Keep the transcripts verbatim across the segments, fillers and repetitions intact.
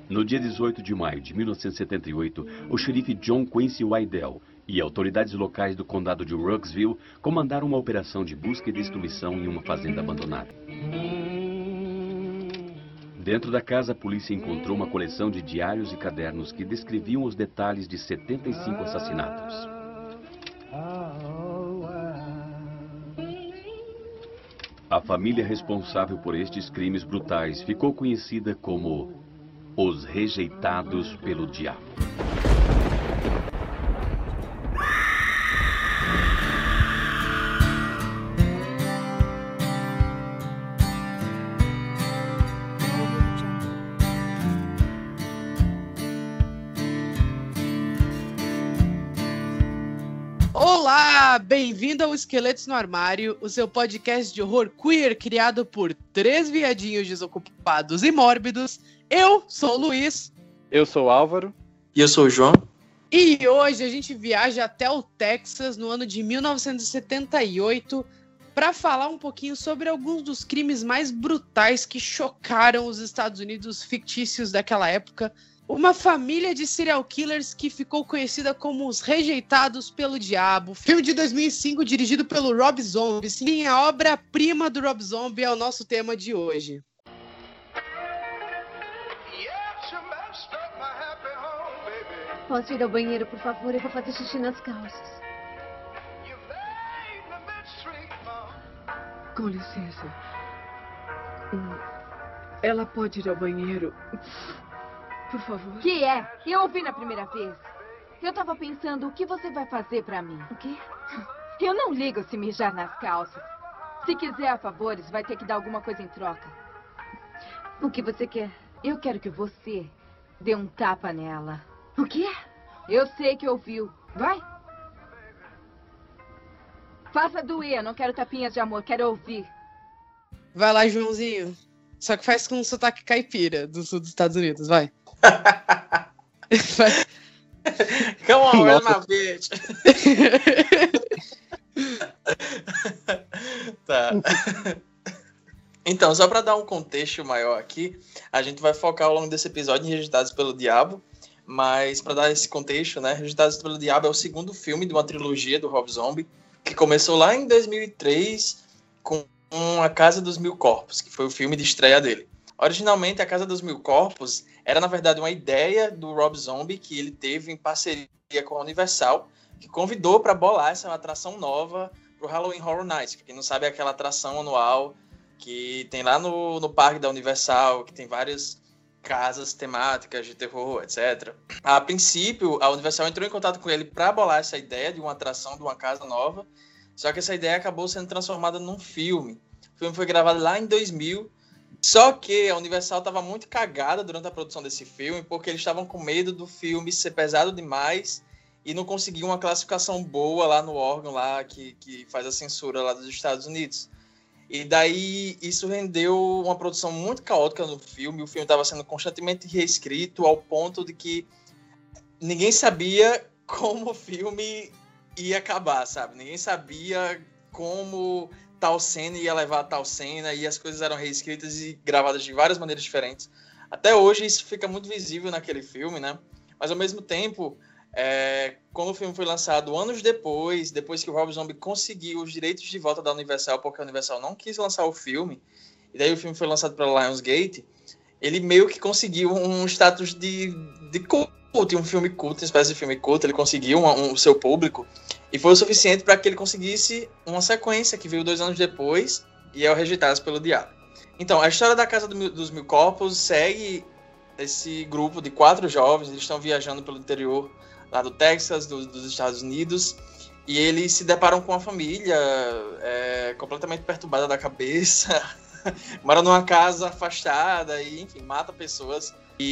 No dia dezoito de maio de mil novecentos e setenta e oito, o xerife John Quincy Wydell e autoridades locais do condado de Ruxville comandaram uma operação de busca e destruição em uma fazenda abandonada. Dentro da casa, a polícia encontrou uma coleção de diários e cadernos que descreviam os detalhes de setenta e cinco assassinatos. A família responsável por estes crimes brutais ficou conhecida como os Rejeitados pelo Diabo. Olá, bem-vindo ao Esqueletos no Armário, o seu podcast de horror queer criado por três viadinhos desocupados e mórbidos. Eu sou o Luiz. Eu sou o Álvaro. E eu sou o João. E hoje a gente viaja até o Texas no ano de mil novecentos e setenta e oito para falar um pouquinho sobre alguns dos crimes mais brutais que chocaram os Estados Unidos fictícios daquela época. Uma família de serial killers que ficou conhecida como os Rejeitados pelo Diabo. Filme de dois mil e cinco dirigido pelo Rob Zombie. Sim, a obra-prima do Rob Zombie é o nosso tema de hoje. Posso ir ao banheiro, por favor? Eu vou fazer xixi nas calças. Com licença. Hum, Ela pode ir ao banheiro? Por favor. Que é? Eu ouvi na primeira vez. Eu tava pensando, o que você vai fazer pra mim? O quê? Eu não ligo se mijar nas calças. Se quiser a favores, vai ter que dar alguma coisa em troca. O que você quer? Eu quero que você dê um tapa nela. O quê? Eu sei que ouviu. Vai. Faça doer, não quero tapinhas de amor, quero ouvir. Vai lá, Joãozinho. Só que faz com um sotaque caipira do sul dos Estados Unidos, vai. Vai. Come on, where's my bitch? Tá. Então, só para dar um contexto maior aqui, a gente vai focar ao longo desse episódio em Rejeitados pelo Diabo, mas para dar esse contexto, né, Rejeitados pelo Diabo é o segundo filme de uma trilogia do Rob Zombie, que começou lá em dois mil e três com A Casa dos Mil Corpos, que foi o filme de estreia dele. Originalmente, A Casa dos Mil Corpos era, na verdade, uma ideia do Rob Zombie que ele teve em parceria com a Universal, que convidou para bolar essa atração nova para o Halloween Horror Nights. Para quem não sabe, é aquela atração anual que tem lá no, no parque da Universal, que tem várias casas temáticas de terror, etcétera. A princípio, a Universal entrou em contato com ele para bolar essa ideia de uma atração, de uma casa nova, só que essa ideia acabou sendo transformada num filme. O filme foi gravado lá em dois mil, só que a Universal estava muito cagada durante a produção desse filme, porque eles estavam com medo do filme ser pesado demais e não conseguiam uma classificação boa lá no órgão lá que, que faz a censura lá dos Estados Unidos. E daí isso rendeu uma produção muito caótica no filme. O filme estava sendo constantemente reescrito ao ponto de que ninguém sabia como o filme ia acabar, sabe? Ninguém sabia como tal cena ia levar a tal cena, e as coisas eram reescritas e gravadas de várias maneiras diferentes. Até hoje isso fica muito visível naquele filme, né? Mas ao mesmo tempo, é, quando o filme foi lançado anos depois, depois que o Rob Zombie conseguiu os direitos de volta da Universal, porque a Universal não quis lançar o filme, e daí o filme foi lançado pela Lionsgate, ele meio que conseguiu um status de, de culto, um filme culto, uma espécie de filme culto. Ele conseguiu o um, um, seu público, e foi o suficiente para que ele conseguisse uma sequência que veio dois anos depois, e é o Rejeitados pelo Diabo. Então, a história da Casa do, dos Mil Corpos segue esse grupo de quatro jovens. Eles estão viajando pelo interior lá do Texas, do, dos Estados Unidos, e eles se deparam com uma família é, completamente perturbada da cabeça, mora numa casa afastada e, enfim, mata pessoas.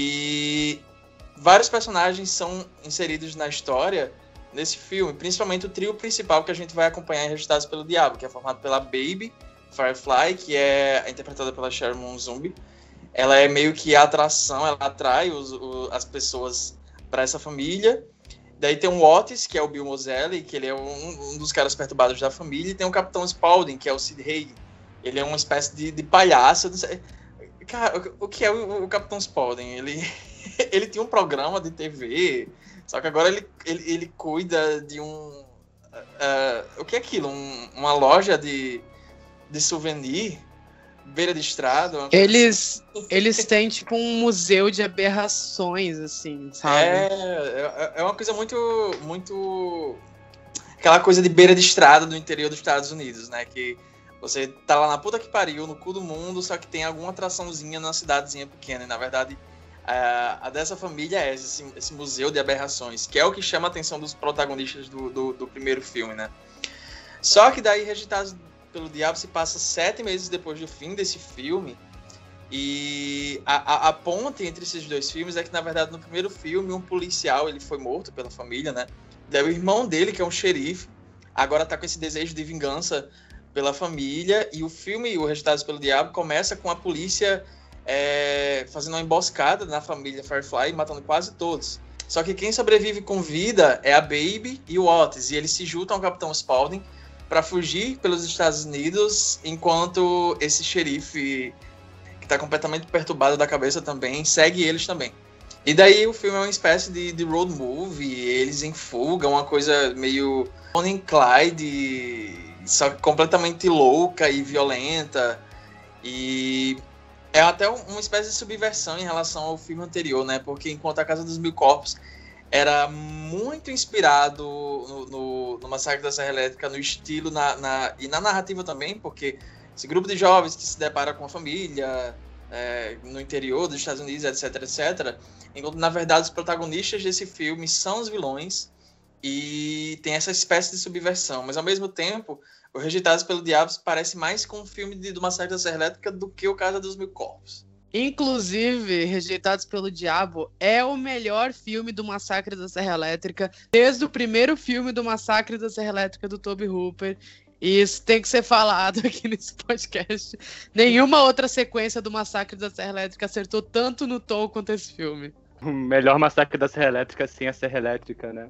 E vários personagens são inseridos na história nesse filme, principalmente o trio principal que a gente vai acompanhar em Rejeitados pelo Diabo, que é formado pela Baby Firefly, que é interpretada pela Sheri Moon Zombie. Ela é meio que a atração, ela atrai os, o, as pessoas para essa família. Daí tem o Otis, que é o Bill Moseley, que ele é um, um dos caras perturbados da família, e tem o Capitão Spaulding, que é o Sid Haig. Ele é uma espécie de, de palhaço. Não sei. Cara, o, o que é o, o Capitão Spaulding? Ele, ele tinha um programa de T V, só que agora ele, ele, ele cuida de um... Uh, o que é aquilo? Um, uma loja de, de souvenir, beira de estrada. Uma coisa Eles, assim. eles têm, tipo, um museu de aberrações, assim, sabe? É, é, é uma coisa muito, muito... Aquela coisa de beira de estrada do interior dos Estados Unidos, né? Que você tá lá na puta que pariu, no cu do mundo, só que tem alguma atraçãozinha numa cidadezinha pequena. E, na verdade, a, a dessa família é esse, esse museu de aberrações, que é o que chama a atenção dos protagonistas do, do, do primeiro filme, né? Só que daí, Rejeitados pelo Diabo se passa sete meses depois do fim desse filme. E a, a, a ponte entre esses dois filmes é que, na verdade, no primeiro filme, um policial ele foi morto pela família, né? Daí o irmão dele, que é um xerife, agora tá com esse desejo de vingança pela família. E o filme, o Rejeitados pelo Diabo, começa com a polícia é, fazendo uma emboscada na família Firefly, matando quase todos. Só que quem sobrevive com vida é a Baby e o Otis. E eles se juntam ao Capitão Spaulding para fugir pelos Estados Unidos, enquanto esse xerife, que tá completamente perturbado da cabeça também, segue eles também. E daí o filme é uma espécie de, de road movie, eles em fuga, uma coisa meio Bonnie and Clyde, só que completamente louca e violenta. E é até uma espécie de subversão em relação ao filme anterior, né? Porque enquanto A Casa dos Mil Corpos era muito inspirado no, no, no Massacre da Serra Elétrica, no estilo na, na, e na narrativa também, porque esse grupo de jovens que se depara com a família é, no interior dos Estados Unidos, etc, etcétera. Enquanto, na verdade, os protagonistas desse filme são os vilões e tem essa espécie de subversão. Mas, ao mesmo tempo, o Rejeitados pelo Diabo parece mais com um filme de, do Massacre da Serra Elétrica do que o Casa dos Mil Corpos. Inclusive, Rejeitados pelo Diabo é o melhor filme do Massacre da Serra Elétrica, desde o primeiro filme do Massacre da Serra Elétrica do Tobe Hooper. E isso tem que ser falado aqui nesse podcast. Nenhuma outra sequência do Massacre da Serra Elétrica acertou tanto no tom quanto esse filme. O melhor Massacre da Serra Elétrica sem a Serra Elétrica, né?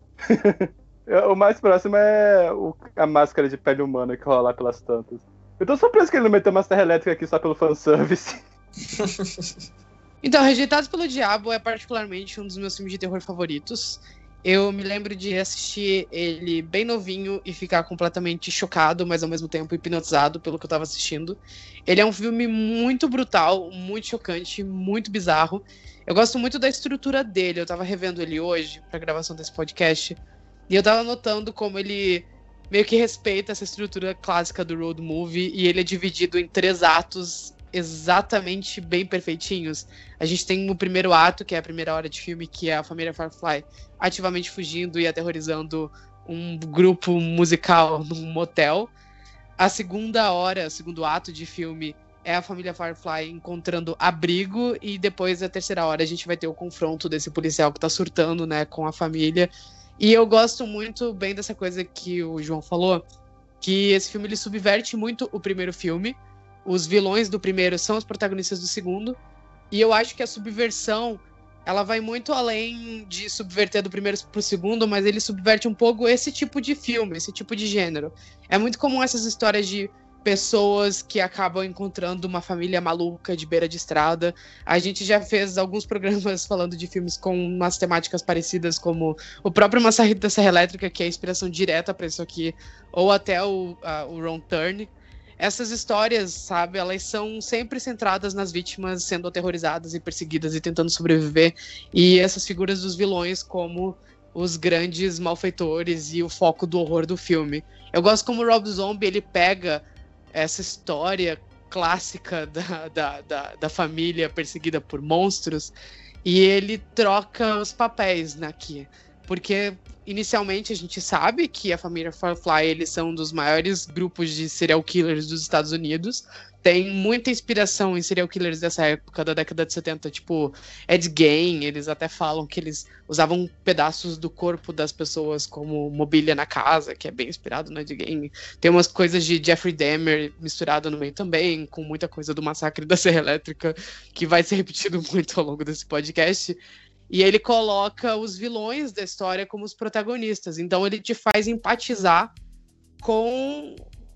O mais próximo é o, a máscara de pele humana que rola lá pelas tantas. Eu tô surpreso que ele não meteu uma Serra Elétrica aqui só pelo fanservice. Então, Rejeitados pelo Diabo é particularmente um dos meus filmes de terror favoritos. Eu me lembro de assistir ele bem novinho e ficar completamente chocado, mas ao mesmo tempo hipnotizado pelo que eu tava assistindo. Ele é um filme muito brutal, muito chocante, muito bizarro. Eu gosto muito da estrutura dele. Eu tava revendo ele hoje pra gravação desse podcast e eu tava notando como ele meio que respeita essa estrutura clássica do road movie e ele é dividido em três atos exatamente bem perfeitinhos. A gente tem o primeiro ato, que é a primeira hora de filme, que é a família Firefly ativamente fugindo e aterrorizando um grupo musical num motel. A segunda hora, o segundo ato de filme, é a família Firefly encontrando abrigo, e depois, a terceira hora, a gente vai ter o confronto desse policial que tá surtando, né, com a família. E eu gosto muito bem dessa coisa que o João falou, que esse filme ele subverte muito o primeiro filme. Os vilões do primeiro são os protagonistas do segundo. E eu acho que a subversão, ela vai muito além de subverter do primeiro pro segundo, mas ele subverte um pouco esse tipo de filme, esse tipo de gênero. É muito comum essas histórias de pessoas que acabam encontrando uma família maluca de beira de estrada. A gente já fez alguns programas falando de filmes com umas temáticas parecidas, como o próprio Massacre da Serra Elétrica, que é a inspiração direta para isso aqui, ou até o, a, o Wrong Turn. Essas histórias, sabe, elas são sempre centradas nas vítimas sendo aterrorizadas e perseguidas e tentando sobreviver, e essas figuras dos vilões como os grandes malfeitores e o foco do horror do filme. Eu gosto como o Rob Zombie, ele pega essa história clássica da, da, da, da família perseguida por monstros e ele troca os papéis aqui. Porque inicialmente a gente sabe que a família Firefly, eles são um dos maiores grupos de serial killers dos Estados Unidos. Tem muita inspiração em serial killers dessa época, da década de setenta, tipo Ed Gein. Eles até falam que eles usavam pedaços do corpo das pessoas como mobília na casa, que é bem inspirado no Ed Gein. Tem umas coisas de Jeffrey Dahmer misturado no meio também, com muita coisa do Massacre da Serra Elétrica, que vai ser repetido muito ao longo desse podcast. E ele coloca os vilões da história como os protagonistas. Então ele te faz empatizar com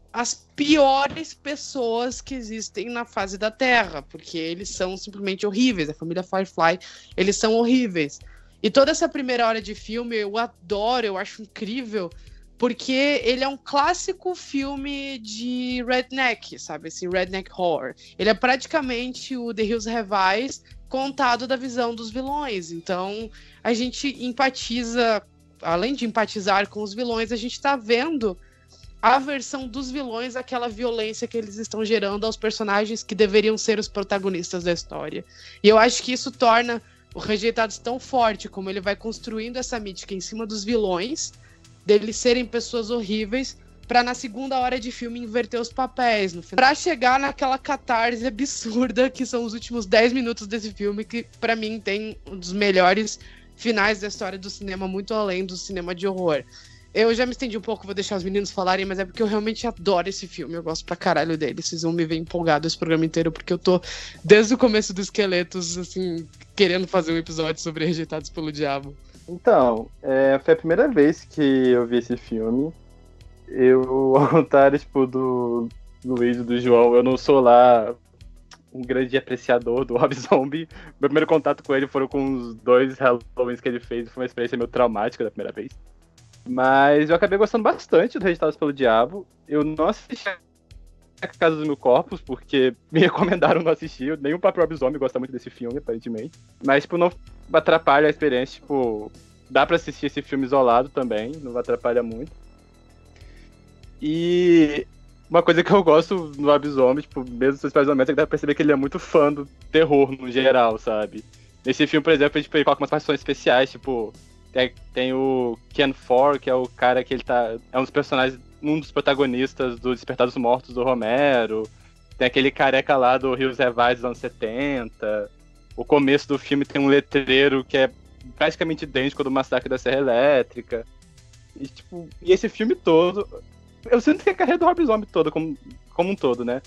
as piores pessoas que existem na face da Terra, porque eles são simplesmente horríveis. A família Firefly, eles são horríveis. E toda essa primeira hora de filme eu adoro, eu acho incrível, porque ele é um clássico filme de redneck, sabe? Esse redneck horror. Ele é praticamente o The Hills Have Eyes contado da visão dos vilões. Então, a gente empatiza, além de empatizar com os vilões, a gente tá vendo a versão dos vilões, aquela violência que eles estão gerando aos personagens que deveriam ser os protagonistas da história. E eu acho que isso torna o Rejeitados tão forte, como ele vai construindo essa mítica em cima dos vilões, deles serem pessoas horríveis, pra na segunda hora de filme inverter os papéis no final. Pra chegar naquela catarse absurda que são os últimos dez minutos desse filme, que pra mim tem um dos melhores finais da história do cinema, muito além do cinema de horror. Eu já me estendi um pouco, vou deixar os meninos falarem, mas é porque eu realmente adoro esse filme, eu gosto pra caralho dele. Vocês vão me ver empolgado esse programa inteiro, porque eu tô, desde o começo do Esqueletos, assim, querendo fazer um episódio sobre Rejeitados pelo Diabo. Então, é, foi a primeira vez que eu vi esse filme. Eu, ao contrário, tipo, do Luiz e do João, eu não sou lá um grande apreciador do Rob Zombie. Meu primeiro contato com ele foram com os dois Halloweens que ele fez, foi uma experiência meio traumática da primeira vez. Mas eu acabei gostando bastante do Rejeitados pelo Diabo. Eu não assisti A Casa dos Mil Corpos, porque me recomendaram não assistir. Nem o próprio Rob Zombie gosta muito desse filme, aparentemente. Mas, tipo, não atrapalha a experiência. Tipo, dá pra assistir esse filme isolado também, não atrapalha muito. E uma coisa que eu gosto no Rob Zombie, tipo, mesmo nos momentos, é que dá pra perceber que ele é muito fã do terror no geral, sabe? Nesse filme, por exemplo, tipo, ele coloca umas participações especiais, tipo... Tem, tem o Ken Ford, que é o cara que ele tá... É um dos personagens, um dos protagonistas do Despertar dos Mortos do Romero. Tem aquele careca lá do Hills Have Eyes dos anos setenta. O começo do filme tem um letreiro que é praticamente idêntico ao do Massacre da Serra Elétrica. E, tipo, e esse filme todo... Eu sinto que é a carreira do Rob Zombie toda, como, como um todo, né?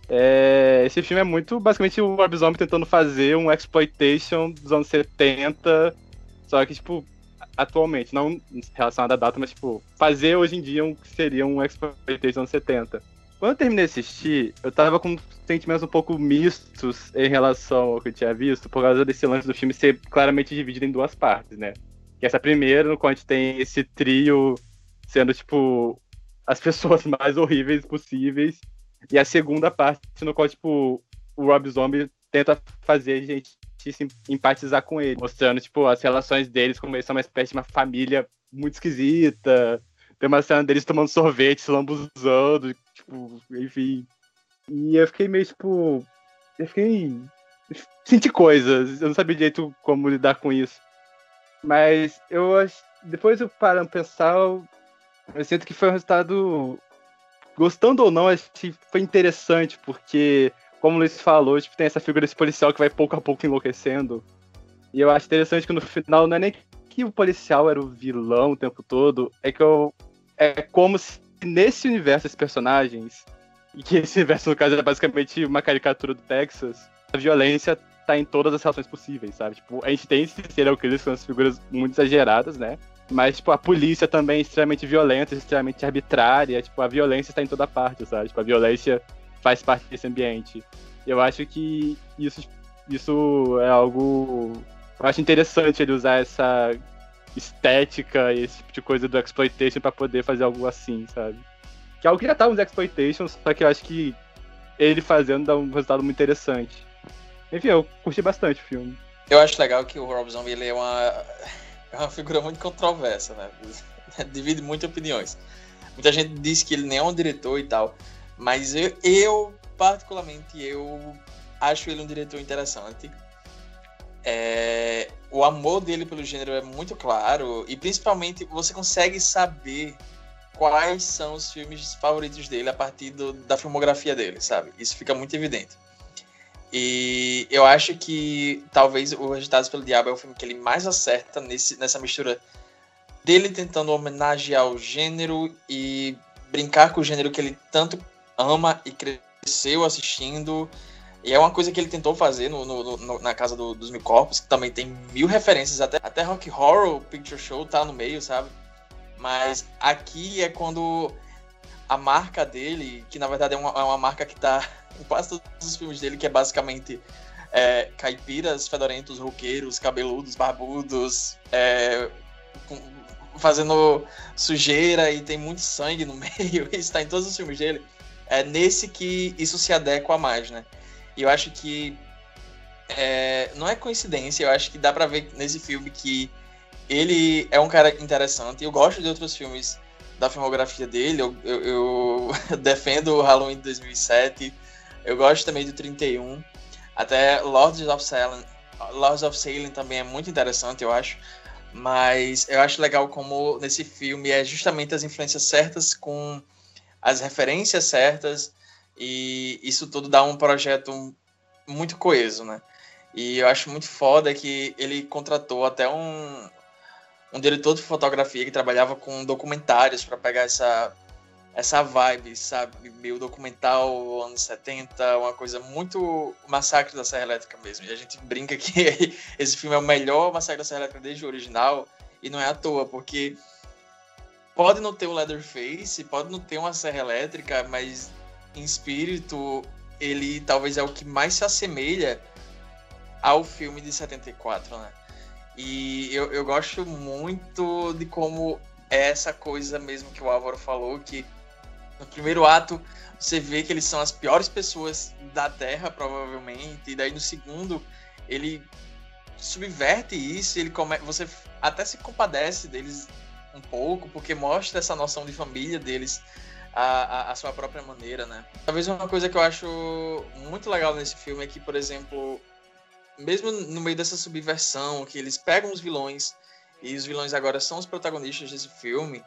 É, esse filme é muito, basicamente, o Rob Zombie tentando fazer um exploitation dos anos setenta, só que, tipo... atualmente, não relacionado à data, mas, tipo, fazer hoje em dia um que seria um exploitation dos anos setenta. Quando eu terminei de assistir, eu tava com sentimentos um pouco mistos em relação ao que eu tinha visto, por causa desse lance do filme ser claramente dividido em duas partes, né? Que essa primeira, no qual a gente tem esse trio sendo, tipo, as pessoas mais horríveis possíveis, e a segunda parte, no qual, tipo, o Rob Zombie tenta fazer a gente se empatizar com ele, mostrando, tipo, as relações deles, como eles são uma espécie de uma família muito esquisita. Tem uma cena deles tomando sorvete, se lambuzando, tipo, enfim. E eu fiquei meio, tipo... Eu fiquei... Senti coisas, eu não sabia direito como lidar com isso. Mas eu acho... Depois eu parando pra pensar, eu... eu sinto que foi um resultado... Gostando ou não, acho que foi interessante, porque... Como o Luiz falou, tipo, tem essa figura desse policial que vai pouco a pouco enlouquecendo. E eu acho interessante que no final não é nem que o policial era o vilão o tempo todo, é que eu, é como se nesse universo desses personagens, e que esse universo no caso é basicamente uma caricatura do Texas, a violência tá em todas as relações possíveis, sabe? Tipo, a gente tem esses serial killers que são as figuras muito exageradas, né? Mas, tipo, a polícia também é extremamente violenta, extremamente arbitrária, tipo, a violência está em toda parte, sabe? Tipo, a violência faz parte desse ambiente. Eu acho que isso, isso é algo... Eu acho interessante ele usar essa estética e esse tipo de coisa do exploitation pra poder fazer algo assim, sabe? Que é algo que já tá nos exploitations, só que eu acho que ele fazendo dá um resultado muito interessante. Enfim, eu curti bastante o filme. Eu acho legal que o Rob Zombie ele é uma, é uma figura muito controversa, né? Divide muitas opiniões. Muita gente diz que ele nem é um diretor e tal, mas eu, eu particularmente, eu acho ele um diretor interessante. É, o amor dele pelo gênero é muito claro, e principalmente você consegue saber quais são os filmes favoritos dele a partir do, da filmografia dele, sabe? Isso fica muito evidente. E eu acho que talvez o Rejeitados pelo Diabo é o filme que ele mais acerta nesse, nessa mistura dele tentando homenagear o gênero e brincar com o gênero que ele tanto ama e cresceu assistindo. E é uma coisa que ele tentou fazer no, no, no, na Casa do, dos Mil Corpos, que também tem mil referências, até, até Rock Horror Picture Show tá no meio, sabe? Mas aqui é quando a marca dele, que na verdade é uma, é uma marca que tá em quase todos os filmes dele, que é basicamente é, caipiras, fedorentos, roqueiros, cabeludos, barbudos, é, com, fazendo sujeira e tem muito sangue no meio, isso tá em todos os filmes dele. É nesse que isso se adequa mais, né? E eu acho que é, não é coincidência, eu acho que dá pra ver nesse filme que ele é um cara interessante. Eu gosto de outros filmes da filmografia dele, eu, eu, eu defendo o Halloween de dois mil e sete, eu gosto também do trinta e um, até Lords of Salem, Lords of Salem também é muito interessante, eu acho, mas eu acho legal como nesse filme é justamente as influências certas com as referências certas, e isso tudo dá um projeto muito coeso, né? E eu acho muito foda que ele contratou até um, um diretor de fotografia que trabalhava com documentários para pegar essa, essa vibe, sabe? Meio documental, anos setenta, uma coisa muito Massacre da Serra Elétrica mesmo. E a gente brinca que esse filme é o melhor Massacre da Serra Elétrica desde o original, e não é à toa, porque pode não ter o Leatherface, pode não ter uma serra elétrica, mas em espírito ele talvez é o que mais se assemelha ao filme de setenta e quatro, né? E eu, eu gosto muito de como é essa coisa mesmo que o Álvaro falou, que no primeiro ato você vê que eles são as piores pessoas da Terra, provavelmente, e daí no segundo ele subverte isso, ele come... você até se compadece deles um pouco, porque mostra essa noção de família deles a, a, a sua própria maneira, né? Talvez uma coisa que eu acho muito legal nesse filme é que, por exemplo, mesmo no meio dessa subversão, que eles pegam os vilões, e os vilões agora são os protagonistas desse filme,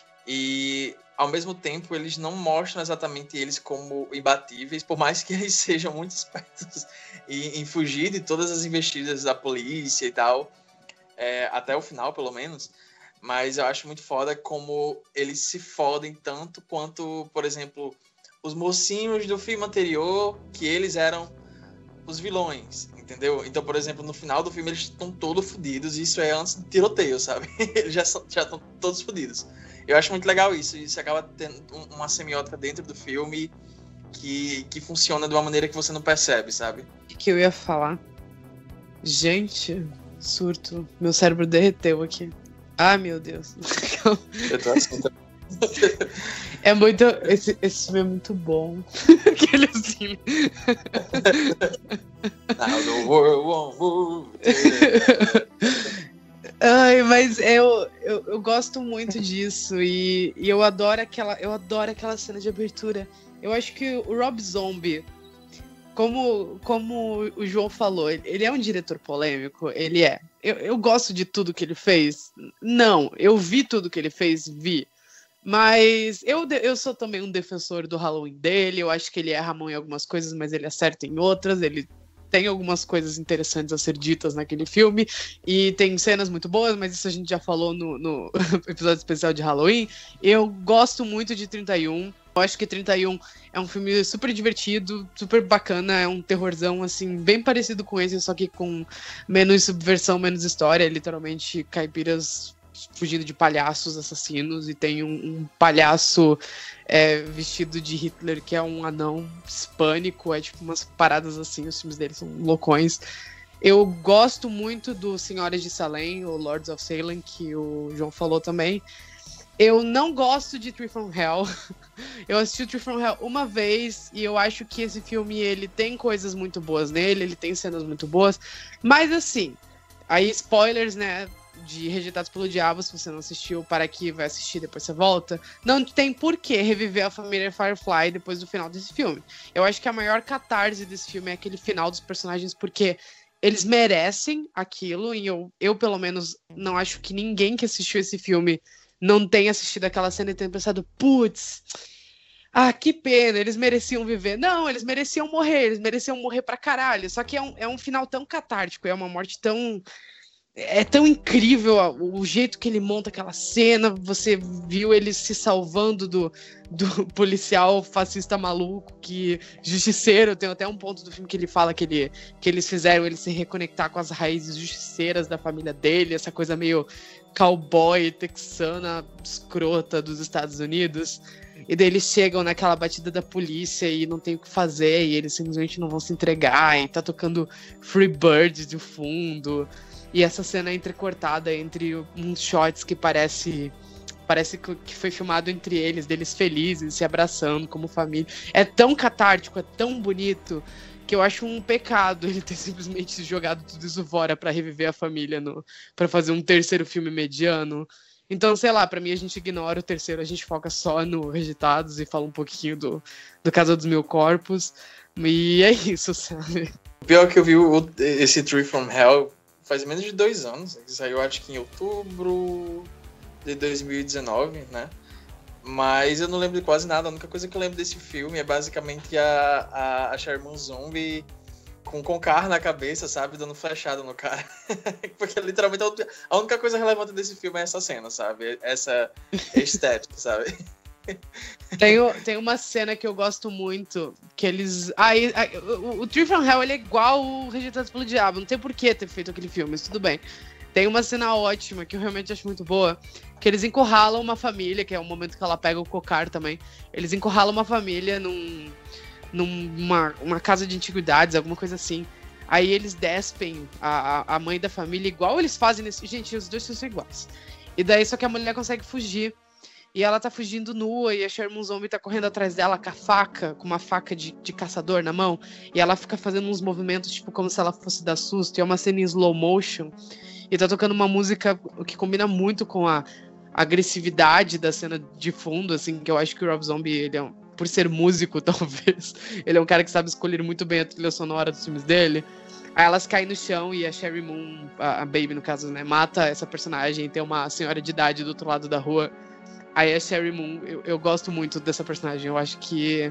e ao mesmo tempo eles não mostram exatamente eles como imbatíveis, por mais que eles sejam muito espertos em, em fugir de todas as investidas da polícia e tal, é, até o final pelo menos. Mas eu acho muito foda como eles se fodem tanto quanto, por exemplo, os mocinhos do filme anterior, que eles eram os vilões, entendeu? Então, por exemplo, no final do filme eles estão todos fodidos, e isso é antes do tiroteio, sabe? Eles já estão todos fodidos. Eu acho muito legal isso, e isso acaba tendo uma semiótica dentro do filme que, que funciona de uma maneira que você não percebe, sabe? O que eu ia falar? Gente, surto. Meu cérebro derreteu aqui. Ah, meu Deus. Eu tô assim também. É muito. Esse, esse filme é muito bom. Aquele assim. Now the world won't move. Ai, mas eu, eu, eu gosto muito disso. E, e eu adoro aquela. Eu adoro aquela cena de abertura. Eu acho que o Rob Zombie, como, como o João falou, ele é um diretor polêmico, ele é. Eu, eu gosto de tudo que ele fez? Não, eu vi tudo que ele fez, vi. Mas eu, eu sou também um defensor do Halloween dele, eu acho que ele erra a mão em algumas coisas, mas ele acerta em outras, ele tem algumas coisas interessantes a ser ditas naquele filme, e tem cenas muito boas, mas isso a gente já falou no, no episódio especial de Halloween. Eu gosto muito de trinta e um, eu acho que trinta e um é um filme super divertido, super bacana, é um terrorzão, assim, bem parecido com esse, só que com menos subversão, menos história, literalmente caipiras fugindo de palhaços assassinos, e tem um, um palhaço é, vestido de Hitler, que é um anão hispânico, é tipo umas paradas assim, os filmes dele são loucões. Eu gosto muito do Senhoras de Salem, ou Lords of Salem, que o João falou também. Eu não gosto de Tree from Hell. Eu assisti o Tree from Hell uma vez, e eu acho que esse filme, ele tem coisas muito boas nele, ele tem cenas muito boas, mas assim, aí spoilers, né, de Rejeitados pelo Diabo, se você não assistiu, para aqui, vai assistir, depois você volta. Não tem por que reviver a família Firefly depois do final desse filme. Eu acho que a maior catarse desse filme é aquele final dos personagens, porque eles merecem aquilo, e eu, eu pelo menos, não acho que ninguém que assistiu esse filme não tenha assistido aquela cena e tenha pensado, putz, ah, que pena, eles mereciam viver. Não, eles mereciam morrer, eles mereciam morrer pra caralho. Só que é um, é um final tão catártico, é uma morte tão... É tão incrível o jeito que ele monta aquela cena. Você viu ele se salvando do, do policial fascista maluco, que justiceiro. Tem até um ponto do filme que ele fala que, ele, que eles fizeram ele se reconectar com as raízes justiceiras da família dele, essa coisa meio cowboy, texana, escrota dos Estados Unidos. E daí eles chegam naquela batida da polícia e não tem o que fazer, e eles simplesmente não vão se entregar, e tá tocando Free Bird de fundo. E essa cena é entrecortada entre uns shots que parece... Parece que foi filmado entre eles, deles felizes, se abraçando como família. É tão catártico, é tão bonito, que eu acho um pecado ele ter simplesmente jogado tudo isso fora pra reviver a família, no, pra fazer um terceiro filme mediano. Então, sei lá, pra mim a gente ignora o terceiro, a gente foca só no Rejeitados e fala um pouquinho do, do Casa dos Mil Corpos. E é isso, sabe? O pior é que eu vi o, esse Tree from Hell faz menos de dois anos. Ele saiu, acho que em outubro de dois mil e dezenove, né? Mas eu não lembro de quase nada. A única coisa que eu lembro desse filme é basicamente a, a, a Cher Moon Zombie com o Concar na cabeça, sabe? Dando flechada no cara. Porque literalmente a única coisa relevante desse filme é essa cena, sabe? Essa estética, sabe? Tem, tem uma cena que eu gosto muito, que eles... Ah, o, o Tree from Hell, ele é igual o Rejeitados pelo Diabo. Não tem por que ter feito aquele filme, mas tudo bem. Tem uma cena ótima, que eu realmente acho muito boa, que eles encurralam uma família, que é o momento que ela pega o cocar também. Eles encurralam uma família num, numa uma casa de antiguidades, alguma coisa assim. Aí eles despem a, a mãe da família, igual eles fazem nesse... Gente, os dois são iguais. E daí, só que a mulher consegue fugir. E ela tá fugindo nua, e a Cher Moon Zombie tá correndo atrás dela com a faca, com uma faca de, de caçador na mão. E ela fica fazendo uns movimentos, tipo, como se ela fosse dar susto. E é uma cena em slow motion. E tá tocando uma música que combina muito com a agressividade da cena de fundo, assim, que eu acho que o Rob Zombie, ele é um, por ser músico, talvez, ele é um cara que sabe escolher muito bem a trilha sonora dos filmes dele. Aí elas caem no chão e a Sherry Moon, a, a Baby no caso, né, mata essa personagem, tem uma senhora de idade do outro lado da rua. Aí a Sherry Moon, eu, eu gosto muito dessa personagem, eu acho que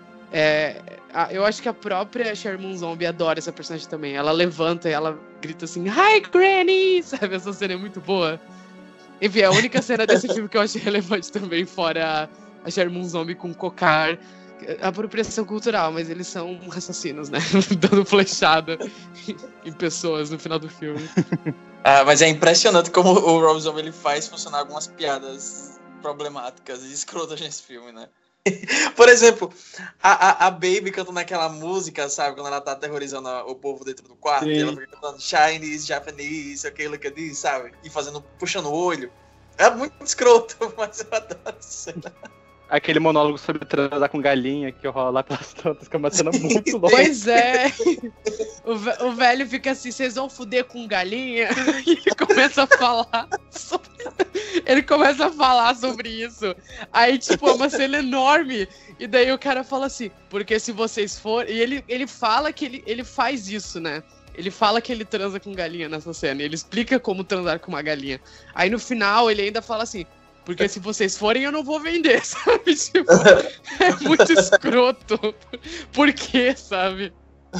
É, a, eu acho que a própria Cher Moon Zombie adora essa personagem também. Ela levanta e ela grita assim, Hi, Granny! Sabe, essa cena é muito boa. Enfim, é a única cena desse filme que eu achei relevante também, fora a, a Cher Moon Zombie com cocar. Apropriação cultural, mas eles são assassinos, né? Dando flechada em pessoas no final do filme. Ah, mas é impressionante como o Rob Zombie ele faz funcionar algumas piadas problemáticas e escrotas nesse filme, né? Por exemplo, a, a, a Baby cantando aquela música, sabe? Quando ela tá aterrorizando o povo dentro do quarto, e ela fica cantando Chinese, Japanese, ok, look at this, sabe? E fazendo, puxando o olho. É muito escroto, mas eu adoro essa cena. Aquele monólogo sobre transar com galinha que rola lá pelas tantas, que é uma cena muito louca. Pois é. O, o velho fica assim, vocês vão fuder com galinha? E ele começa a falar sobre... Ele começa a falar sobre isso. Aí, tipo, é uma cena enorme. E daí o cara fala assim, porque se vocês forem... E ele, ele fala que ele, ele faz isso, né? Ele fala que ele transa com galinha nessa cena. Ele explica como transar com uma galinha. Aí no final ele ainda fala assim, porque se vocês forem, eu não vou vender, sabe? Tipo, é muito escroto. Por quê, sabe?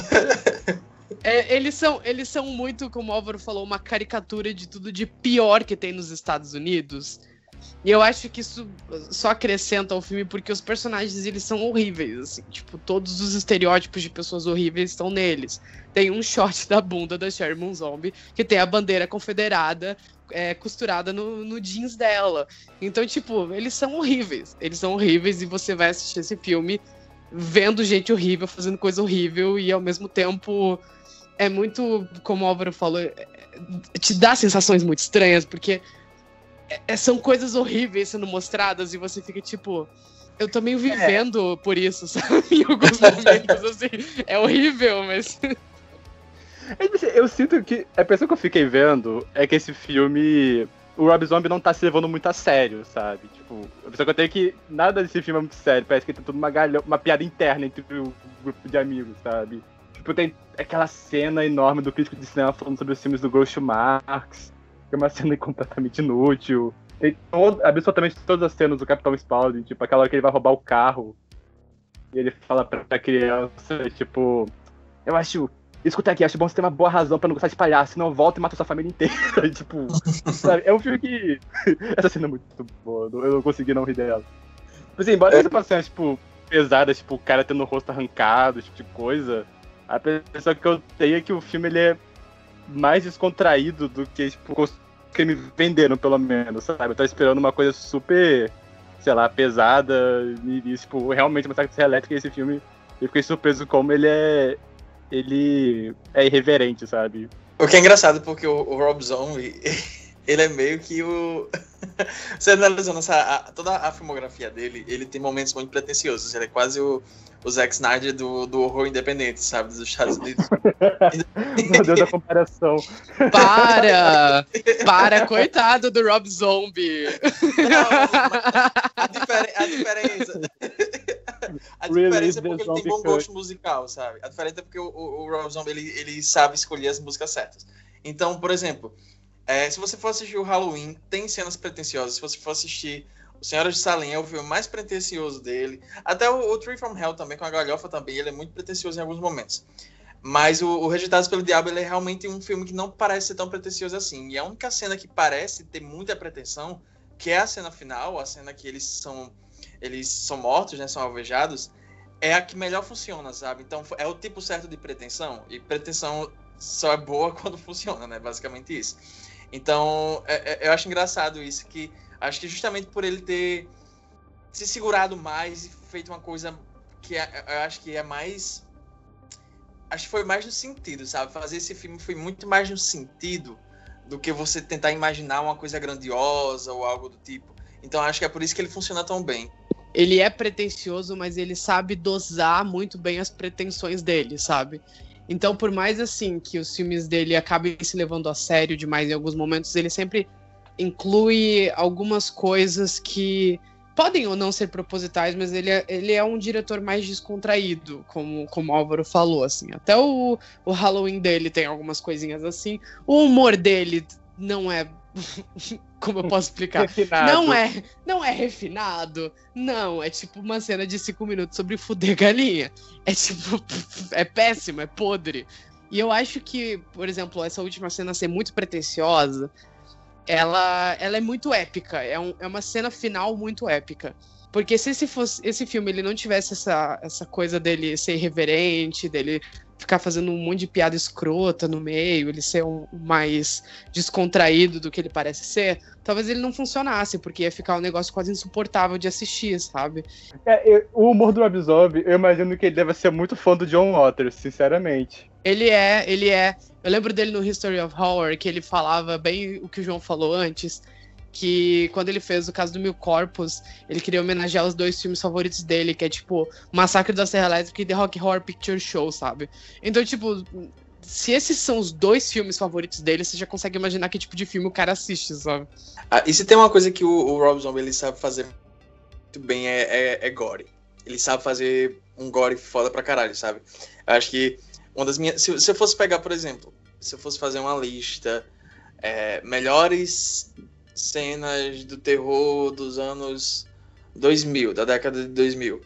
É, eles, são, eles são muito, como o Álvaro falou, uma caricatura de tudo de pior que tem nos Estados Unidos. E eu acho que isso só acrescenta ao filme porque os personagens, eles são horríveis, assim. Tipo, todos os estereótipos de pessoas horríveis estão neles. Tem um shot da bunda da Cher Moon Zombie que tem a bandeira confederada é, costurada no, no jeans dela. Então, tipo, eles são horríveis. Eles são horríveis e você vai assistir esse filme vendo gente horrível, fazendo coisa horrível e ao mesmo tempo é muito, como o Álvaro falou, é, te dá sensações muito estranhas, porque é, são coisas horríveis sendo mostradas e você fica tipo, eu tô meio vivendo é. por isso, sabe? Em alguns momentos, assim, é horrível, mas... Eu sinto que a impressão que eu fiquei vendo é que esse filme, o Rob Zombie não tá se levando muito a sério, sabe? Tipo, a impressão que eu tenho é que nada desse filme é muito sério, parece que tem tudo uma, galha, uma piada interna entre o grupo de amigos, sabe? Tipo, tem aquela cena enorme do crítico de cinema falando sobre os filmes do Groucho Marx, que é uma cena completamente inútil. Tem todo, absolutamente todas as cenas do Capitão Spaulding, tipo, aquela hora que ele vai roubar o carro e ele fala pra criança, tipo, eu acho... Escuta aqui, acho bom você ter uma boa razão pra não gostar de palhaço, senão volta e mata sua família inteira. Tipo, sabe? É um filme que... Essa cena é muito boa, eu não consegui não rir dela. Tipo assim, embora essa passagem, tipo, pesada, tipo, o cara tendo o rosto arrancado, esse tipo de coisa, a impressão que eu tenho é que o filme, ele é mais descontraído do que, tipo, que me venderam, pelo menos, sabe? Eu tava esperando uma coisa super sei lá, pesada, e, e tipo, realmente uma Massacre da Serra Elétrica, e esse filme, eu fiquei surpreso como ele é, ele é irreverente, sabe? O que é engraçado, porque o, o Rob Zombie, ele é meio que o... Você analisando essa, a, toda a filmografia dele, ele tem momentos muito pretensiosos. Ele é quase o, o Zack Snyder do, do horror independente, sabe? Dos Estados Unidos. Meu Deus, a comparação. Para! Para, coitado do Rob Zombie. Não, a, diferen, a diferença... A diferença é porque ele tem bom gosto musical, sabe? A diferença é porque o, o, o Rob Zombie, ele, ele sabe escolher as músicas certas. Então, por exemplo... É, se você for assistir o Halloween, tem cenas pretensiosas. Se você for assistir o Senhora de Salem, é o filme mais pretensioso dele. Até o, o Tree from Hell também, com a galhofa também, ele é muito pretensioso em alguns momentos. Mas o, o Rejeitados pelo Diabo, ele é realmente um filme que não parece ser tão pretensioso assim. E a única cena que parece ter muita pretensão, que é a cena final, a cena que eles são, eles são mortos, né, são alvejados, é a que melhor funciona, sabe? Então é o tipo certo de pretensão. E pretensão só é boa quando funciona, né? Basicamente isso. Então, é, é, eu acho engraçado isso, que acho que justamente por ele ter se segurado mais e feito uma coisa que é, eu acho que é mais... Acho que foi mais no sentido, sabe? Fazer esse filme foi muito mais no sentido do que você tentar imaginar uma coisa grandiosa ou algo do tipo. Então, acho que é por isso que ele funciona tão bem. Ele é pretensioso, mas ele sabe dosar muito bem as pretensões dele, sabe? Então, por mais assim que os filmes dele acabem se levando a sério demais em alguns momentos, ele sempre inclui algumas coisas que podem ou não ser propositais, mas ele é, ele é um diretor mais descontraído, como, como o Álvaro falou, assim. Até o, o Halloween dele tem algumas coisinhas assim. O humor dele não é... Como eu posso explicar? Refinado. Não é, não é refinado. Não, é tipo uma cena de cinco minutos sobre fuder galinha. É tipo, é péssimo, é podre. E eu acho que, por exemplo, essa última cena ser muito pretensiosa, ela, ela é muito épica. É, um, é uma cena final muito épica. Porque se esse, fosse, esse filme ele não tivesse essa, essa coisa dele ser irreverente, dele ficar fazendo um monte de piada escrota no meio, ele ser um, mais descontraído do que ele parece ser, talvez ele não funcionasse, porque ia ficar um negócio quase insuportável de assistir, sabe? É, eu, o humor do Rob Zombie, eu imagino que ele deve ser muito fã do John Waters, sinceramente. Ele é, ele é. Eu lembro dele no History of Horror, que ele falava bem o que o João falou antes, que quando ele fez o caso do Mil Corpos, ele queria homenagear os dois filmes favoritos dele, que é tipo Massacre da Serra Elétrica e The Rocky Horror Picture Show, sabe? Então, tipo, se esses são os dois filmes favoritos dele, você já consegue imaginar que tipo de filme o cara assiste, sabe? Ah, e se tem uma coisa que o, o Rob Zombie ele sabe fazer muito bem, é, é, é gore. Ele sabe fazer um gore foda pra caralho, sabe? Eu acho que uma das minhas... Se, se eu fosse pegar, por exemplo, se eu fosse fazer uma lista é, melhores cenas do terror dos anos dois mil, da década de dois mil,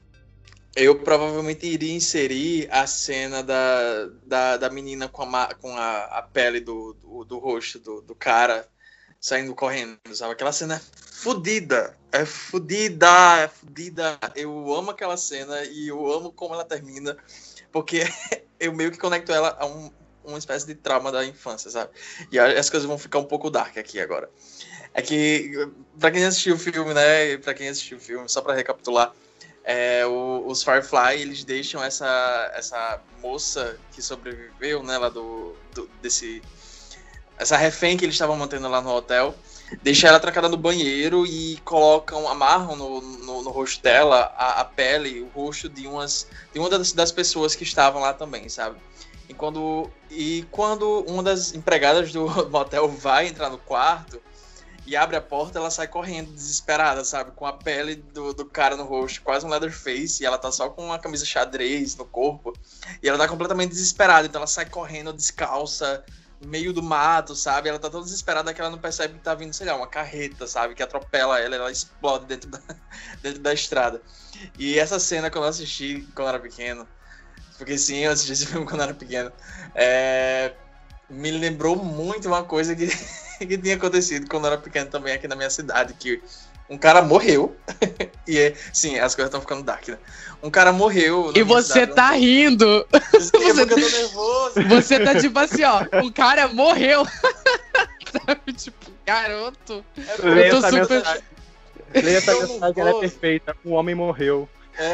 eu provavelmente iria inserir a cena da, da, da menina com, a, com a, a pele do, do, do rosto do, do cara saindo correndo, sabe? Aquela cena é fodida, é fodida, é fodida. Eu amo aquela cena e eu amo como ela termina, porque eu meio que conecto ela a um, uma espécie de trauma da infância, sabe? E as coisas vão ficar um pouco dark aqui agora. É que, pra quem assistiu o filme, né, pra quem assistiu o filme, só pra recapitular, é, o, os Firefly, eles deixam essa, essa moça que sobreviveu, né, lá do, do, desse... essa refém que eles estavam mantendo lá no hotel, deixa ela trancada no banheiro e colocam, amarram no, no, no rosto dela a, a pele, o rosto de, umas, de uma das, das pessoas que estavam lá também, sabe? E quando, e quando uma das empregadas do motel vai entrar no quarto e abre a porta, ela sai correndo, desesperada, sabe? Com a pele do, do cara no rosto, quase um Leatherface, e ela tá só com uma camisa xadrez no corpo, e ela tá completamente desesperada, então ela sai correndo descalça, meio do mato, sabe? Ela tá tão desesperada que ela não percebe que tá vindo, sei lá, uma carreta, sabe? Que atropela ela, ela explode dentro da, dentro da estrada. E essa cena, quando eu assisti quando eu era pequeno, porque sim, eu assisti esse filme quando eu era pequeno, é... me lembrou muito uma coisa que, que tinha acontecido quando eu era pequeno também aqui na minha cidade, que um cara morreu, e é, sim, as coisas estão ficando dark, né? Um cara morreu... E você cidade, tá rindo! Você... Porque eu tô nervoso! Você tá tipo assim, ó, um cara morreu! Sabe, tipo, garoto... É, eu tô essa super... mensagem, Leia essa Eu não mensagem, ela é vou. perfeita. Um homem morreu. É,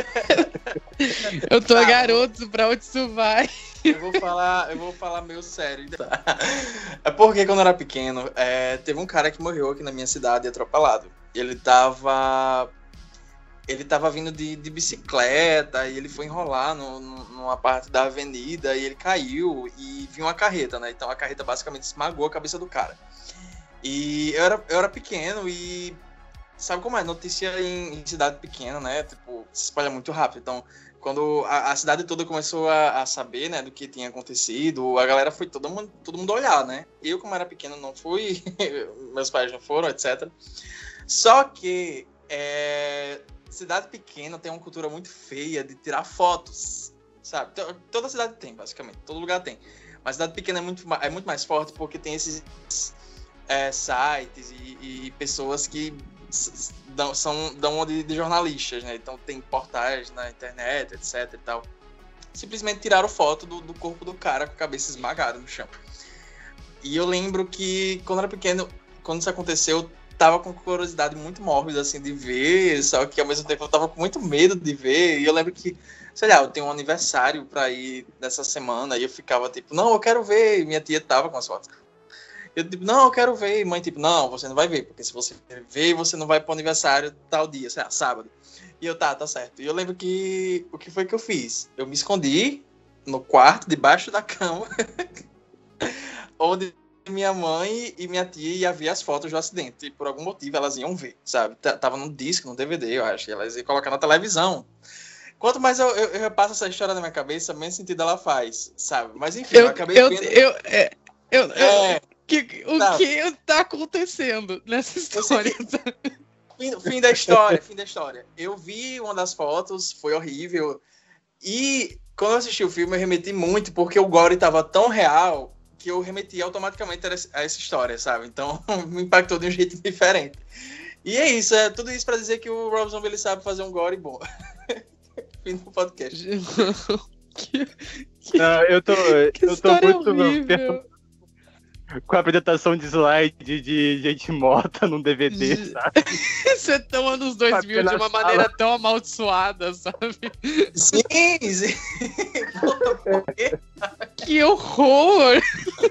Eu tô Tá. garoto, pra onde isso vai? eu vou falar, eu vou falar meio sério. Tá? É porque quando eu era pequeno, é, teve um cara que morreu aqui na minha cidade atropelado. Ele tava. Ele tava vindo de, de bicicleta e ele foi enrolar no, no- numa parte da avenida e ele caiu e vinha uma carreta, né? Então a carreta basicamente esmagou a cabeça do cara. E eu era, eu era pequeno e sabe como é? Notícia em, em cidade pequena, né? Tipo, se espalha muito rápido. Então, quando a, a cidade toda começou a, a saber, né, do que tinha acontecido, a galera foi todo mundo, todo mundo olhar, né? Eu, como era pequeno, não fui, meus pais não foram, etcétera. Só que é, cidade pequena tem uma cultura muito feia de tirar fotos, sabe? To- Toda cidade tem, basicamente. Todo lugar tem. Mas cidade pequena é muito, ma- é muito mais forte porque tem esses é, sites e, e pessoas que s- s- dão, são, dão de, de jornalistas, né? Então tem portais na internet, etc e tal. Simplesmente tiraram foto do, do corpo do cara com a cabeça esmagada no chão. E eu lembro que quando eu era pequeno, quando isso aconteceu, eu tava com curiosidade muito mórbida, assim, de ver, só que ao mesmo tempo eu tava com muito medo de ver. E eu lembro que, sei lá, eu tenho um aniversário pra ir nessa semana e eu ficava tipo, não, eu quero ver. E minha tia tava com as fotos. Eu tipo, não, eu quero ver. E mãe tipo, não, você não vai ver, porque se você ver, você não vai pro aniversário tal dia, sei lá, sábado. E eu, tá, tá certo. E eu lembro que, o que foi que eu fiz? Eu me escondi no quarto, debaixo da cama, onde minha mãe e minha tia iam ver as fotos do acidente. E por algum motivo elas iam ver, sabe? T- Tava no disco, no D V D, eu acho. E elas iam colocar na televisão. Quanto mais eu, eu, eu repasso essa história na minha cabeça, menos sentido ela faz, sabe? Mas enfim, eu, Eu, acabei eu, vendo... eu, é, eu, eu- É, que- o tá. que tá acontecendo nessa história? fim, fim da história, fim da história. Eu vi uma das fotos, foi horrível. E quando eu assisti o filme, eu remeti muito, porque o gore tava tão real que eu remeti automaticamente a essa- a essa história, sabe? Então, me impactou de um jeito diferente. E é isso, é tudo isso pra dizer que o Rob Zombie ele sabe fazer um gore bom. Fim do podcast. que, Não, eu tô, que eu tô história muito horrível. perturbado com a apresentação de slide de gente morta num D V D, Ge- sabe? Você tão anos dois mil de Apenas uma fala. maneira tão amaldiçoada, sabe? Sim, sim. Que horror!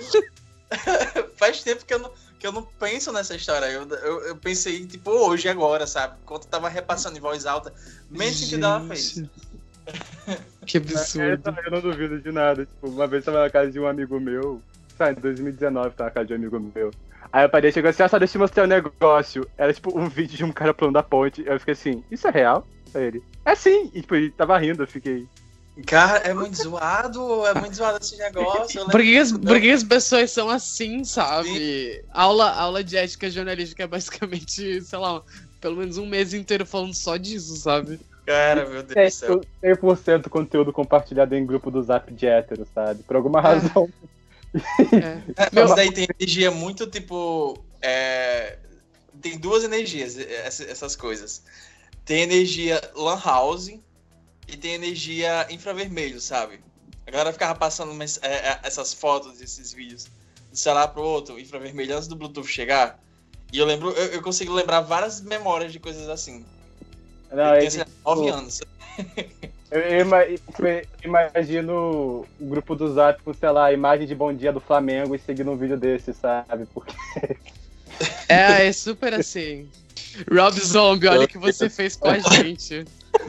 Faz tempo que eu não, que eu não penso nessa história. Eu, eu, eu pensei, tipo, hoje, agora, sabe? Enquanto eu tava repassando em voz alta, menos sentido ela fez. Gente. Que absurdo. Eu não duvido de nada. Tipo, uma vez eu tava na casa de um amigo meu, sabe, em dois mil e dezenove, tava na casa de um amigo meu. Aí eu parei, chegou assim, ah, só deixa eu mostrar um negócio. Era tipo um vídeo de um cara pulando da ponte. Eu fiquei assim, isso é real? Aí ele, é sim. E tipo, ele tava rindo, eu fiquei. Cara, é muito zoado, é muito zoado esse negócio. eu lembro Por que, as, disso, por que as pessoas são assim, sabe? Aula, aula de ética jornalística é basicamente, sei lá, pelo menos um mês inteiro falando só disso, sabe? Cara, meu Deus do céu. cem por cento conteúdo compartilhado em grupo do Zap de hétero, sabe? Por alguma razão. É. Mas Meu- daí tem energia muito, tipo... é, Tem duas energias, essa- essas coisas. Tem energia lan house e tem energia infravermelho, sabe? A galera ficava passando mens- é, é, essas fotos, esses vídeos, de celular pro outro, infravermelho, antes do Bluetooth chegar. E eu lembro, eu, eu consigo lembrar várias memórias de coisas assim. Não, eu ele, tinha nove anos. eu, eu ima- eu imagino o grupo do Zap com, sei lá, a imagem de bom dia do Flamengo e seguindo um vídeo desse, sabe? Porque É, é super assim. Rob Zombie, olha o que você fez com a gente.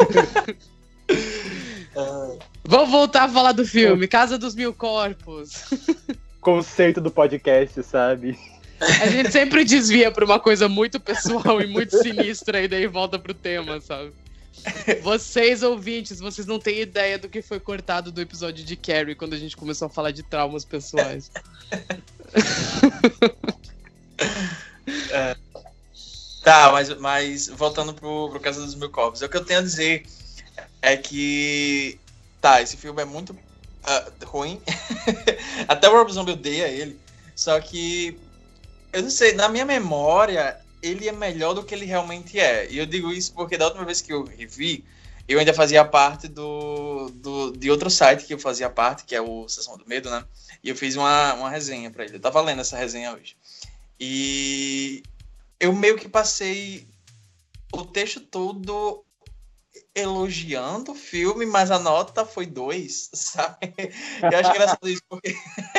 Ah, Vamos voltar a falar do filme, Casa dos Mil Corpos. conceito do podcast, sabe? A gente sempre desvia pra uma coisa muito pessoal e muito sinistra e daí volta pro tema, sabe? Vocês, ouvintes, vocês não têm ideia do que foi cortado do episódio de Carrie quando a gente começou a falar de traumas pessoais. Tá, mas, mas voltando pro, pro Casa dos Mil Corpos, o que eu tenho a dizer é que, tá, esse filme é muito uh, ruim, até o Rob Zombie odeia ele, só que, eu não sei, na minha memória, ele é melhor do que ele realmente é, e eu digo isso porque da última vez que eu revi, eu ainda fazia parte do, do, de outro site que eu fazia parte, que é o Sessão do Medo, né, e eu fiz uma, uma resenha pra ele, eu tava lendo essa resenha hoje, e... eu meio que passei o texto todo elogiando o filme, mas a nota foi dois, sabe? Eu acho engraçado isso, porque,